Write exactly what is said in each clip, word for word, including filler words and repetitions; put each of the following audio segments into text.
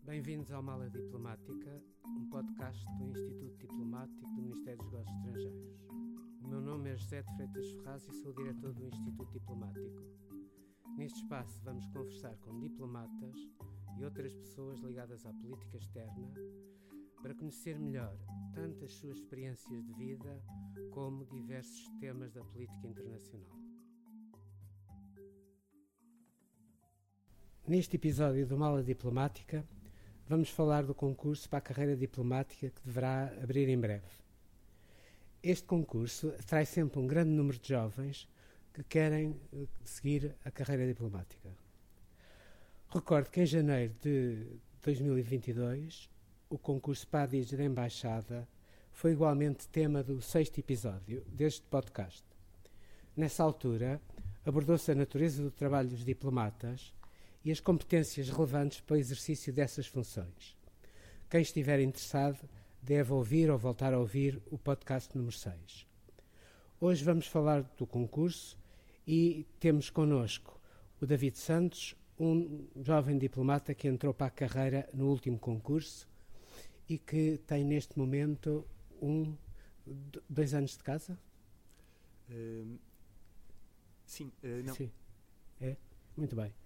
Bem-vindos ao Mala Diplomática, um podcast do Instituto Diplomático do Ministério dos Negócios Estrangeiros. O meu nome é José de Freitas Ferraz e sou o diretor do Instituto Diplomático. Neste espaço vamos conversar com diplomatas e outras pessoas ligadas à política externa para conhecer melhor tanto as suas experiências de vida como diversos temas da política internacional. Neste episódio do Mala Diplomática, vamos falar do concurso para a carreira diplomática que deverá abrir em breve. Este concurso atrai sempre um grande número de jovens que querem seguir a carreira diplomática. Recordo que em janeiro de dois mil e vinte e dois, o concurso para a D I G da Embaixada foi igualmente tema do sexto episódio deste podcast. Nessa altura, abordou-se a natureza do trabalho dos diplomatas e as competências relevantes para o exercício dessas funções. Quem estiver interessado deve ouvir ou voltar a ouvir o podcast número seis. Hoje vamos falar do concurso e temos connosco o David Santos, um jovem diplomata que entrou para a carreira no último concurso e que tem neste momento um, dois anos de casa? Uh, sim, uh, não. Sim, é? Muito bem.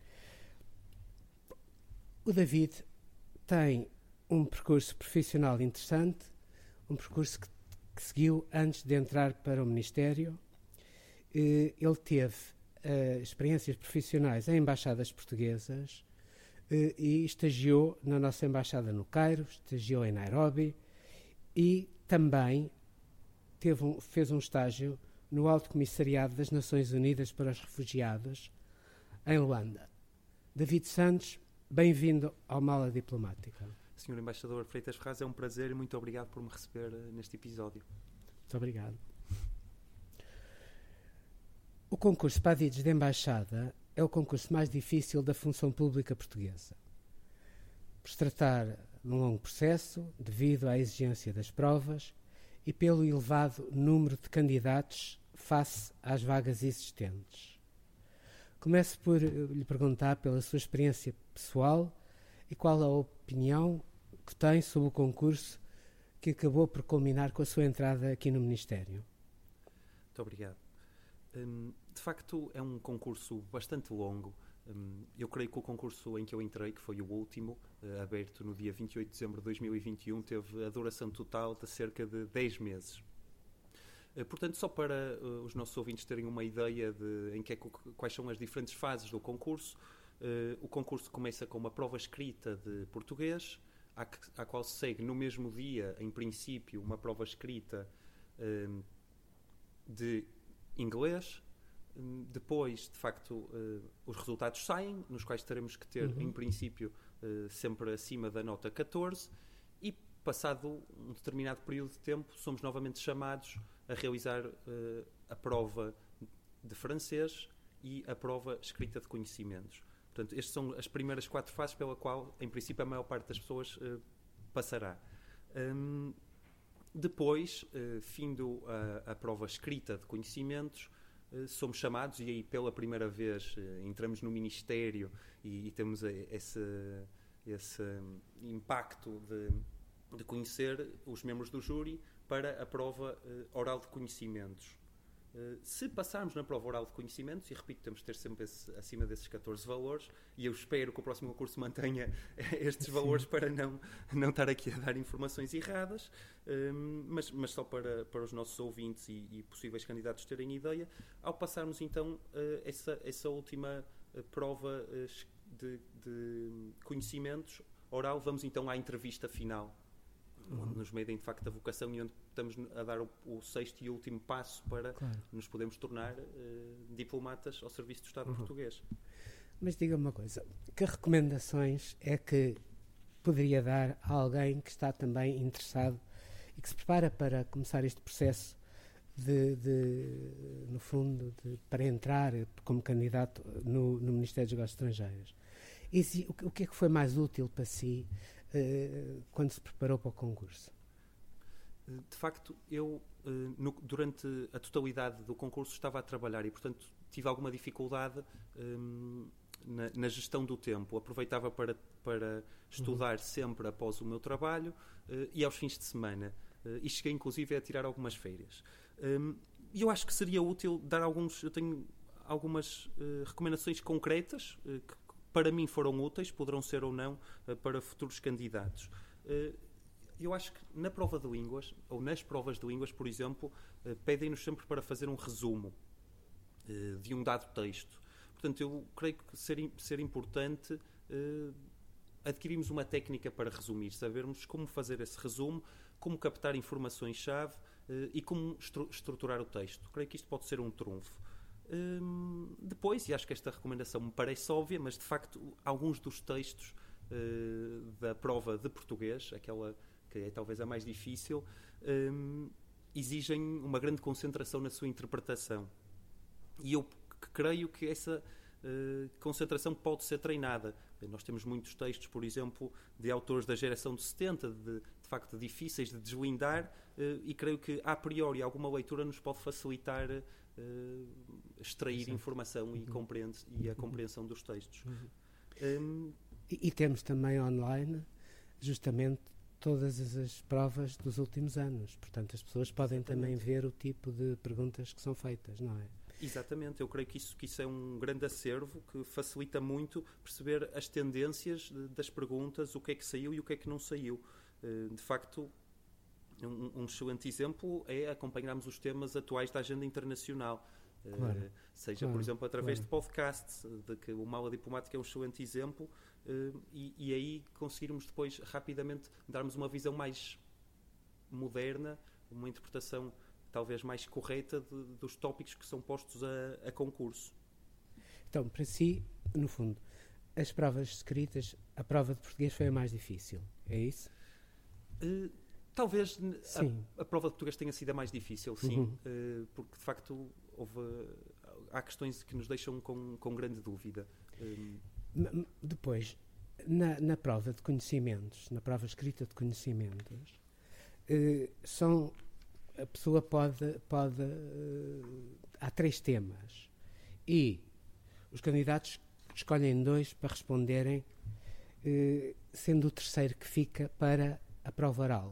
O David tem um percurso profissional interessante, um percurso que, que seguiu antes de entrar para o Ministério. Ele teve uh, experiências profissionais em embaixadas portuguesas uh, e estagiou na nossa embaixada no Cairo, estagiou em Nairobi e também teve um, fez um estágio no Alto Comissariado das Nações Unidas para os Refugiados, em Luanda. David Santos, bem-vindo ao Mala Diplomática. senhor Embaixador Freitas Ferraz, é um prazer e muito obrigado por me receber neste episódio. Muito obrigado. O concurso para a D I G da Embaixada é o concurso mais difícil da função pública portuguesa. Por se tratar de um longo processo, devido à exigência das provas e pelo elevado número de candidatos face às vagas existentes. Começo por lhe perguntar pela sua experiência pessoal e qual a opinião que tem sobre o concurso que acabou por culminar com a sua entrada aqui no Ministério. Muito obrigado. Um, de facto, é um concurso bastante longo. Um, eu creio que o concurso em que eu entrei, que foi o último, uh, aberto no dia vinte e oito de dezembro de dois mil e vinte e um, teve a duração total de cerca de dez meses. Portanto, só para uh, os nossos ouvintes terem uma ideia de em que é, quais são as diferentes fases do concurso, uh, o concurso começa com uma prova escrita de português, à, que, à qual se segue no mesmo dia, em princípio, uma prova escrita uh, de inglês. Uh, depois, de facto, uh, os resultados saem, nos quais teremos que ter, uhum. em princípio, uh, sempre acima da nota catorze, e passado um determinado período de tempo, somos novamente chamados a realizar uh, a prova de francês e a prova escrita de conhecimentos. Portanto, estas são as primeiras quatro fases pela qual, em princípio, a maior parte das pessoas uh, passará. Um, depois, uh, findo a, a prova escrita de conhecimentos, uh, somos chamados, e aí pela primeira vez uh, entramos no Ministério e, e temos a, esse, esse um, impacto de de conhecer os membros do júri para a prova uh, oral de conhecimentos. Uh, se passarmos na prova oral de conhecimentos, e repito, temos de ter sempre esse, acima desses catorze valores, e eu espero que o próximo curso mantenha estes Sim. valores para não, não estar aqui a dar informações erradas, um, mas, mas só para, para os nossos ouvintes e, e possíveis candidatos terem ideia, ao passarmos então uh, essa, essa última uh, prova uh, de, de conhecimentos oral, vamos então à entrevista final, Uhum. onde nos medem de facto a vocação e onde estamos a dar o, o sexto e último passo para claro. nos podermos tornar uh, diplomatas ao serviço do Estado uhum. português. Mas diga-me uma coisa, que recomendações é que poderia dar a alguém que está também interessado e que se prepara para começar este processo de, de no fundo, de, para entrar como candidato no, no Ministério dos Negócios Estrangeiros? E se, o, o que é que foi mais útil para si uh, quando se preparou para o concurso? De facto, eu uh, no, durante a totalidade do concurso estava a trabalhar e, portanto, tive alguma dificuldade um, na, na gestão do tempo. Aproveitava para, para estudar uhum. sempre após o meu trabalho uh, e aos fins de semana. Uh, e cheguei, inclusive, a tirar algumas férias. Um, E eu acho que seria útil dar alguns... Eu tenho algumas uh, recomendações concretas uh, que para mim foram úteis, poderão ser ou não, uh, para futuros candidatos. Uh, eu acho que na prova de línguas, ou nas provas de línguas, por exemplo, uh, pedem-nos sempre para fazer um resumo uh, de um dado texto. Portanto, eu creio que ser, ser importante uh, adquirirmos uma técnica para resumir, sabermos como fazer esse resumo, como captar informações-chave uh, e como estru- estruturar o texto. Creio que isto pode ser um trunfo. Um, depois, e acho que esta recomendação me parece óbvia, mas de facto alguns dos textos uh, da prova de português, aquela que é talvez a mais difícil, um, exigem uma grande concentração na sua interpretação. E eu que creio que essa uh, concentração pode ser treinada. Nós temos muitos textos, por exemplo, de autores da geração de setenta, de, de facto difíceis de deslindar, uh, e creio que a priori alguma leitura nos pode facilitar uh, extrair Sim. informação e, compreende, e a compreensão dos textos. Uhum. Um, e, e temos também online justamente todas as provas dos últimos anos. Portanto, as pessoas podem Exatamente. Também ver o tipo de perguntas que são feitas, não é? Exatamente, eu creio que isso, que isso é um grande acervo que facilita muito perceber as tendências de, das perguntas, o que é que saiu e o que é que não saiu. Uh, de facto, um, um excelente exemplo é acompanharmos os temas atuais da agenda internacional. Claro, uh, seja, claro, por exemplo, através claro. de podcasts, de que o Mala Diplomática é um excelente exemplo, uh, e, e aí conseguirmos depois rapidamente darmos uma visão mais moderna, uma interpretação talvez mais correta de, dos tópicos que são postos a, a concurso. Então, para si, no fundo, as provas escritas, a prova de português foi a mais difícil, é isso? Uh, talvez a, a prova de português tenha sido a mais difícil, sim, uhum. uh, porque de facto houve, há questões que nos deixam com, com grande dúvida. Um, Depois, na, na prova de conhecimentos, na prova escrita de conhecimentos, uh, são... A pessoa pode, pode uh, há três temas e os candidatos escolhem dois para responderem, uh, sendo o terceiro que fica para a prova oral.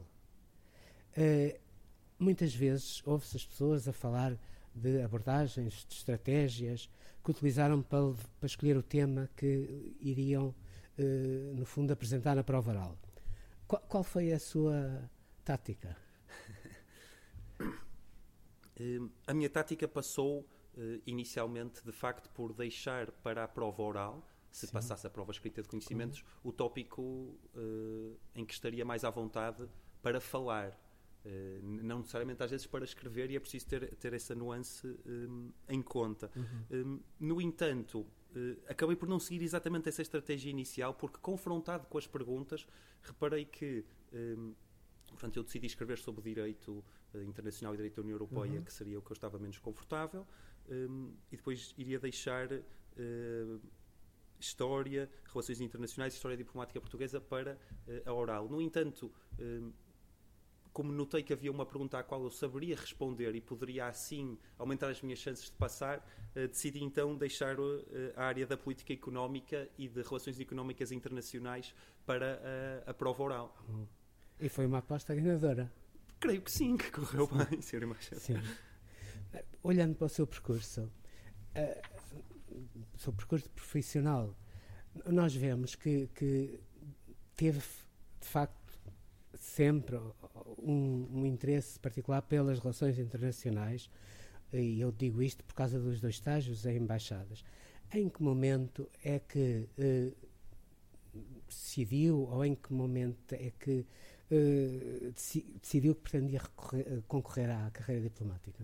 Uh, muitas vezes ouve-se as pessoas a falar de abordagens, de estratégias que utilizaram para, para escolher o tema que iriam, uh, no fundo, apresentar na prova oral. Qual, qual foi a sua tática? Uh, a minha tática passou uh, inicialmente, de facto, por deixar para a prova oral, se Sim. passasse a prova escrita de conhecimentos, uhum. o tópico uh, em que estaria mais à vontade para falar. Uh, não necessariamente às vezes para escrever, e é preciso ter, ter essa nuance um, em conta. Uhum. Um, no entanto, uh, acabei por não seguir exatamente essa estratégia inicial, porque confrontado com as perguntas, reparei que um, portanto, eu decidi escrever sobre direito uh, internacional e direito da União Europeia, uhum. que seria o que eu estava menos confortável, um, e depois iria deixar uh, história, relações internacionais e história diplomática portuguesa para uh, a oral. No entanto, um, como notei que havia uma pergunta à qual eu saberia responder e poderia assim aumentar as minhas chances de passar, uh, decidi então deixar uh, a área da política económica e de relações económicas internacionais para uh, a prova oral. Uhum. E foi uma aposta ganhadora. Creio que sim, que correu sim. bem, senhor Embaixador. Sim. Olhando para o seu percurso, uh, o seu percurso profissional, nós vemos que, que teve, de facto, sempre um, um interesse particular pelas relações internacionais, e eu digo isto por causa dos dois estágios em embaixadas. Em que momento é que uh, decidiu, ou em que momento é que uh, decidiu que pretendia recorrer, concorrer à carreira diplomática?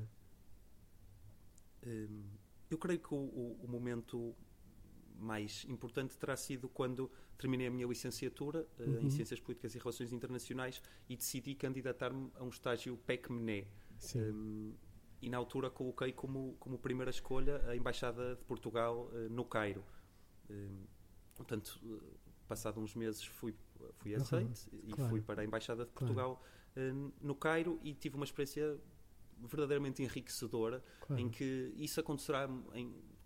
Um, eu creio que o, o, o momento mais importante terá sido quando terminei a minha licenciatura uh, uhum. em Ciências Políticas e Relações Internacionais e decidi candidatar-me a um estágio P E C M N E. Um, e na altura coloquei como, como primeira escolha a Embaixada de Portugal uh, no Cairo. Um, portanto, uh, passado uns meses fui, fui aceite uhum. e claro. fui para a Embaixada de Portugal claro. uh, no Cairo, e tive uma experiência verdadeiramente enriquecedora, claro. em que isso acontecerá em,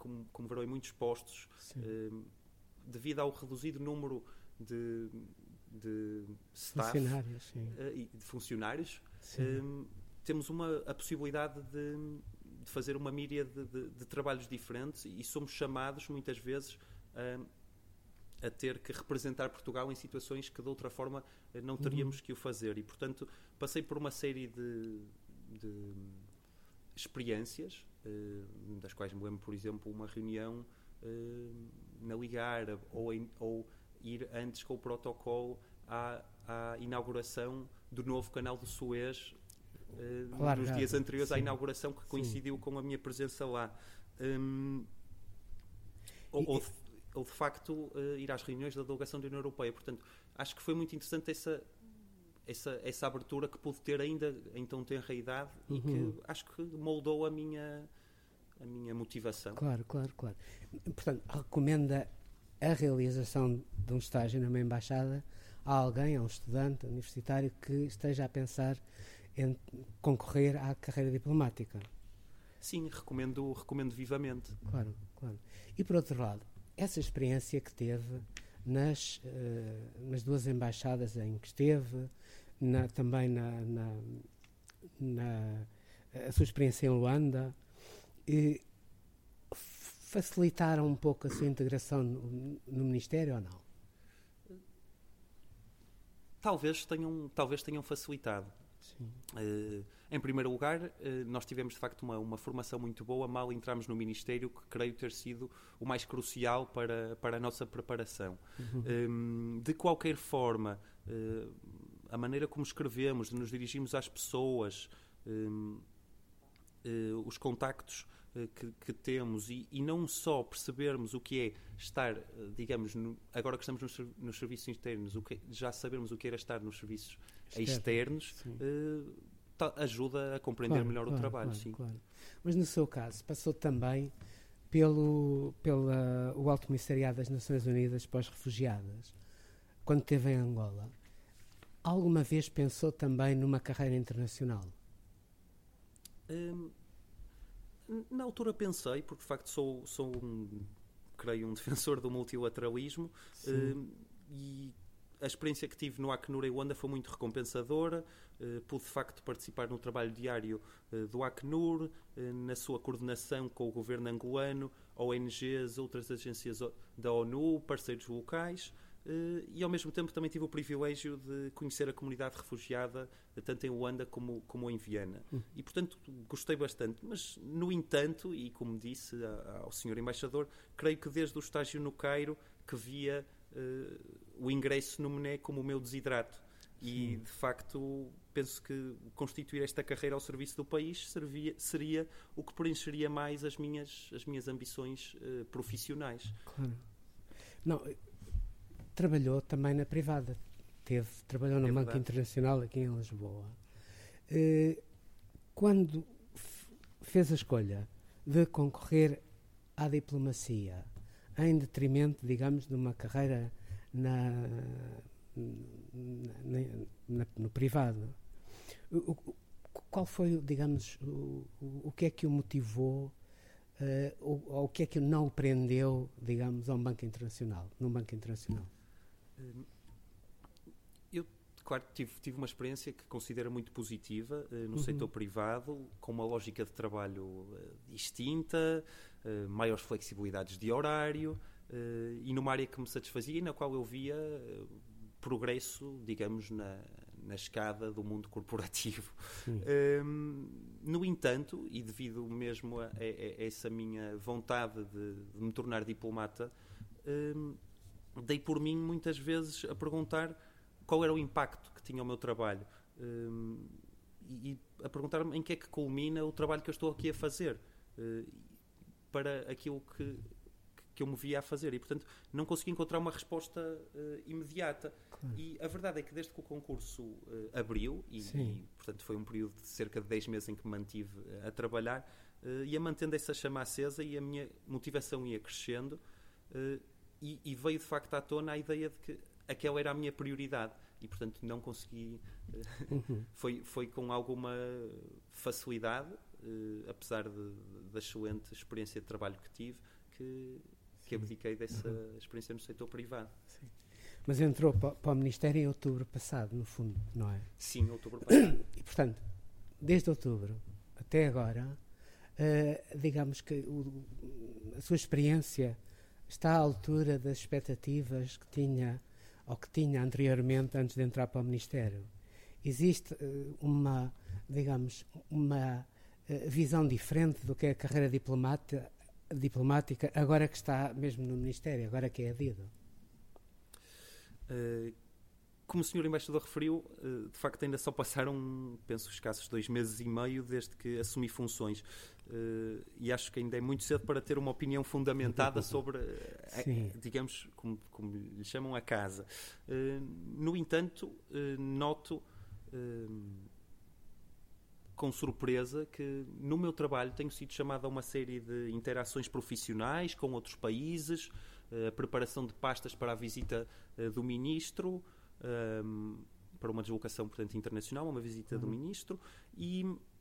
como, como verão, em muitos postos, uh, devido ao reduzido número de, de staff, funcionários, sim. Uh, e de funcionários, uh, temos uma, a possibilidade de, de fazer uma míriade de, de, de trabalhos diferentes e somos chamados, muitas vezes, uh, a ter que representar Portugal em situações que de outra forma não teríamos uhum. que o fazer. E, portanto, passei por uma série de, de experiências, uh, das quais me lembro, por exemplo, uma reunião uh, na Liga Árabe, ou, em, ou ir antes com o protocolo à, à inauguração do novo canal do Suez, uh, claro, nos claro. dias anteriores Sim. à inauguração, que coincidiu Sim. com a minha presença lá. Um, ou, e, ou ou de facto uh, ir às reuniões da delegação da União Europeia. Portanto, acho que foi muito interessante essa, essa, essa abertura que pude ter ainda em tão tenra idade uhum. e que acho que moldou a minha, a minha motivação. Claro, claro, claro. Portanto, recomenda a realização de um estágio numa embaixada a alguém, a um estudante universitário que esteja a pensar em concorrer à carreira diplomática? Sim, recomendo, recomendo vivamente. Claro, claro. E por outro lado, essa experiência que teve nas, uh, nas duas embaixadas em que esteve, na, também na, na, na a sua experiência em Luanda, e facilitaram um pouco a sua integração no, no Ministério ou não? Talvez tenham, talvez tenham facilitado. Sim. Uh, em primeiro lugar, uh, nós tivemos de facto uma, uma formação muito boa mal entramos no Ministério, que creio ter sido o mais crucial para, para a nossa preparação. Uhum. Um, de qualquer forma, uh, a maneira como escrevemos, de nos dirigimos às pessoas, um, uh, os contactos uh, que, que temos e, e não só percebermos o que é estar, uh, digamos, no, agora que estamos nos, nos serviços internos, o que, já sabermos o que era estar nos serviços externos, uh, ta, ajuda a compreender claro, melhor claro, o trabalho. Claro, sim. Claro. Mas no seu caso, passou também pelo pela, o Alto Comissariado das Nações Unidas para os Refugiados, quando esteve em Angola. Alguma vez pensou também numa carreira internacional? Um, na altura pensei, porque de facto sou, sou um, creio, um defensor do multilateralismo, um, e a experiência que tive no Acnur em Luanda foi muito recompensadora. Uh, pude de facto participar no trabalho diário uh, do Acnur, uh, na sua coordenação com o governo angolano, O N Gs, outras agências da ONU, parceiros locais, uh, e ao mesmo tempo também tive o privilégio de conhecer a comunidade refugiada, uh, tanto em Luanda como, como em Viena. Uhum. E portanto gostei bastante, mas no entanto, e como disse a, ao senhor Embaixador, creio que desde o estágio no Cairo que via uh, o ingresso no M N E como o meu desidrato. E, Sim. de facto, penso que constituir esta carreira ao serviço do país servia, seria o que preencheria mais as minhas, as minhas ambições uh, profissionais. Claro. Não, trabalhou também na privada. Teve, trabalhou no é Banco Internacional aqui em Lisboa. Uh, quando f- fez a escolha de concorrer à diplomacia, em detrimento, digamos, de uma carreira na, na, na, no privado, o, o, qual foi, digamos, o, o, o que é que o motivou, uh, ou, ou o que é que não o prendeu, digamos, a um banco internacional, num banco internacional? Eu, claro, tive, tive uma experiência que considero muito positiva uh, no uhum. setor privado, com uma lógica de trabalho uh, distinta, uh, maiores flexibilidades de horário, Uh, e numa área que me satisfazia e na qual eu via uh, progresso, digamos, na, na escada do mundo corporativo. Um, no entanto, e devido mesmo a, a, a essa minha vontade de, de me tornar diplomata, um, dei por mim muitas vezes a perguntar qual era o impacto que tinha o meu trabalho, um, e, e a perguntar-me em que é que culmina o trabalho que eu estou aqui a fazer, uh, para aquilo que que eu me via a fazer, e portanto não consegui encontrar uma resposta uh, imediata. Claro. E a verdade é que desde que o concurso uh, abriu, e, e portanto foi um período de cerca de dez meses em que me mantive uh, a trabalhar, uh, ia mantendo essa chama acesa e a minha motivação ia crescendo, uh, e, e veio de facto à tona a ideia de que aquela era a minha prioridade, e portanto não consegui, uh, uhum. foi, foi com alguma facilidade, uh, apesar de, da excelente experiência de trabalho que tive, que, que abdiquei dessa uhum. experiência no setor privado. Sim. Mas entrou para, para o Ministério em outubro passado, no fundo, não é? Sim, outubro passado. E, portanto, desde outubro até agora, uh, digamos que o, a sua experiência está à altura das expectativas que tinha, ou que tinha anteriormente, antes de entrar para o Ministério. Existe uh, uma, digamos, uma uh, visão diferente do que é a carreira diplomata, diplomática, agora que está mesmo no Ministério, agora que é adido? Uh, como o senhor Embaixador referiu, uh, de facto ainda só passaram, penso, escassos dois meses e meio desde que assumi funções. Uh, e acho que ainda é muito cedo para ter uma opinião fundamentada sobre, a, digamos, como, como lhe chamam, a casa. Uh, no entanto, uh, noto uh, com surpresa que no meu trabalho tenho sido chamado a uma série de interações profissionais com outros países, a preparação de pastas para a visita uh, do Ministro, um, para uma deslocação, portanto, internacional, uma visita uhum. do Ministro, e,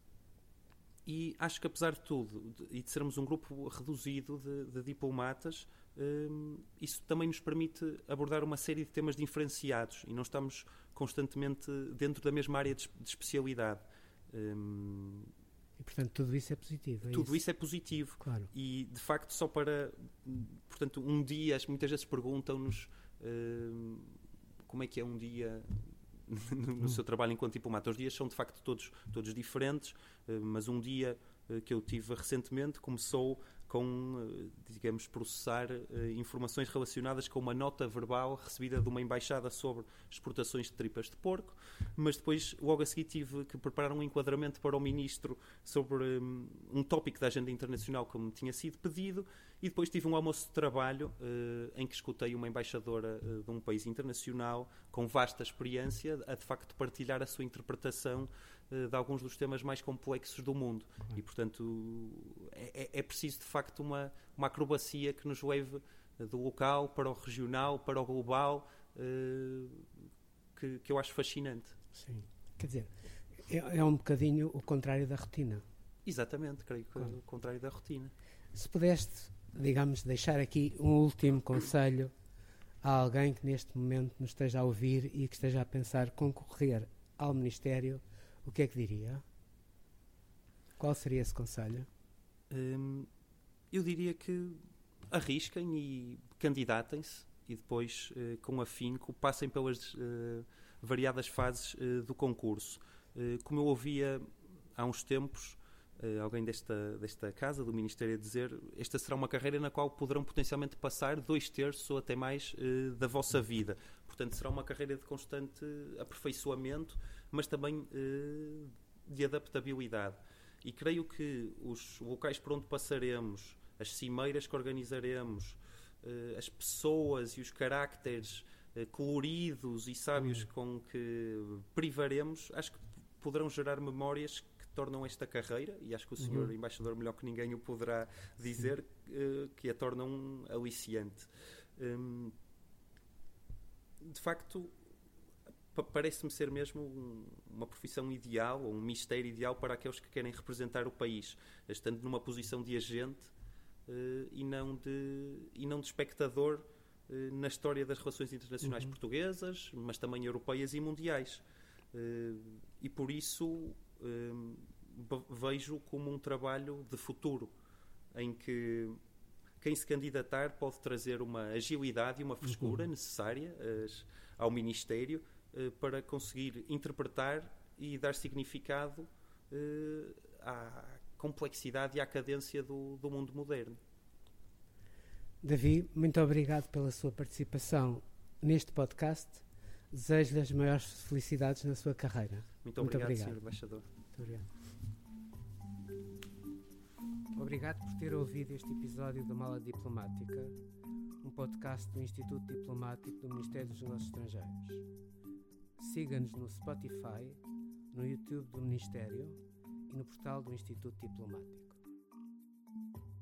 e acho que, apesar de tudo, de, e de sermos um grupo reduzido de, de diplomatas, um, isso também nos permite abordar uma série de temas diferenciados e não estamos constantemente dentro da mesma área de, de especialidade. Um, E, portanto, tudo isso é positivo. É tudo isso? isso é positivo. Claro. E, de facto, só para... Portanto, um dia, muitas vezes perguntam-nos uh, como é que é um dia no, no hum. seu trabalho enquanto diplomata. Os dias são, de facto, todos, todos diferentes, uh, mas um dia uh, que eu tive recentemente começou com, uh, digamos, processar uh, informações relacionadas com uma nota verbal recebida de uma embaixada sobre exportações de tripas de porco, mas depois, logo a seguir, tive que preparar um enquadramento para o Ministro sobre um, um tópico da agenda internacional como tinha sido pedido, e depois tive um almoço de trabalho uh, em que escutei uma embaixadora uh, de um país internacional com vasta experiência a, de facto, partilhar a sua interpretação uh, de alguns dos temas mais complexos do mundo. E, portanto, é, é preciso, de facto, uma, uma acrobacia que nos leve uh, do local para o regional, para o global, uh, que, que eu acho fascinante. Sim. Quer dizer, é, é um bocadinho o contrário da rotina. Exatamente, creio que claro. é o contrário da rotina. Se pudeste, digamos, deixar aqui um último conselho a alguém que neste momento nos esteja a ouvir e que esteja a pensar concorrer ao Ministério, o que é que diria? Qual seria esse conselho? Hum, eu diria que arrisquem e candidatem-se e depois, eh, com afinco, passem pelas eh, variadas fases eh, do concurso. Eh, como eu ouvia há uns tempos Uh, alguém desta, desta casa, do Ministério, a dizer: esta será uma carreira na qual poderão potencialmente passar dois terços ou até mais uh, da vossa vida. Portanto, será uma carreira de constante aperfeiçoamento, mas também uh, de adaptabilidade. E creio que os locais por onde passaremos, as cimeiras que organizaremos, uh, as pessoas e os caracteres uh, coloridos e sábios uhum. com que privaremos, acho que poderão gerar memórias tornam esta carreira, e acho que o senhor uhum. Embaixador melhor que ninguém o poderá dizer, uh, que a tornam aliciante. Um, de facto, pa- parece-me ser mesmo um, uma profissão ideal, ou um mistério ideal para aqueles que querem representar o país, estando numa posição de agente uh, e, não de, e não de espectador uh, na história das relações internacionais uhum. portuguesas, mas também europeias e mundiais. Uh, e por isso Um, vejo como um trabalho de futuro, em que quem se candidatar pode trazer uma agilidade e uma frescura uhum. necessária as, ao Ministério uh, para conseguir interpretar e dar significado uh, à complexidade e à cadência do, do mundo moderno. Davi, muito obrigado pela sua participação neste podcast. Desejo-lhe as maiores felicidades na sua carreira. Muito obrigado, Muito obrigado. senhor Embaixador. Muito obrigado. Obrigado por ter ouvido este episódio da Mala Diplomática, um podcast do Instituto Diplomático do Ministério dos Negócios Estrangeiros. Siga-nos no Spotify, no YouTube do Ministério e no portal do Instituto Diplomático.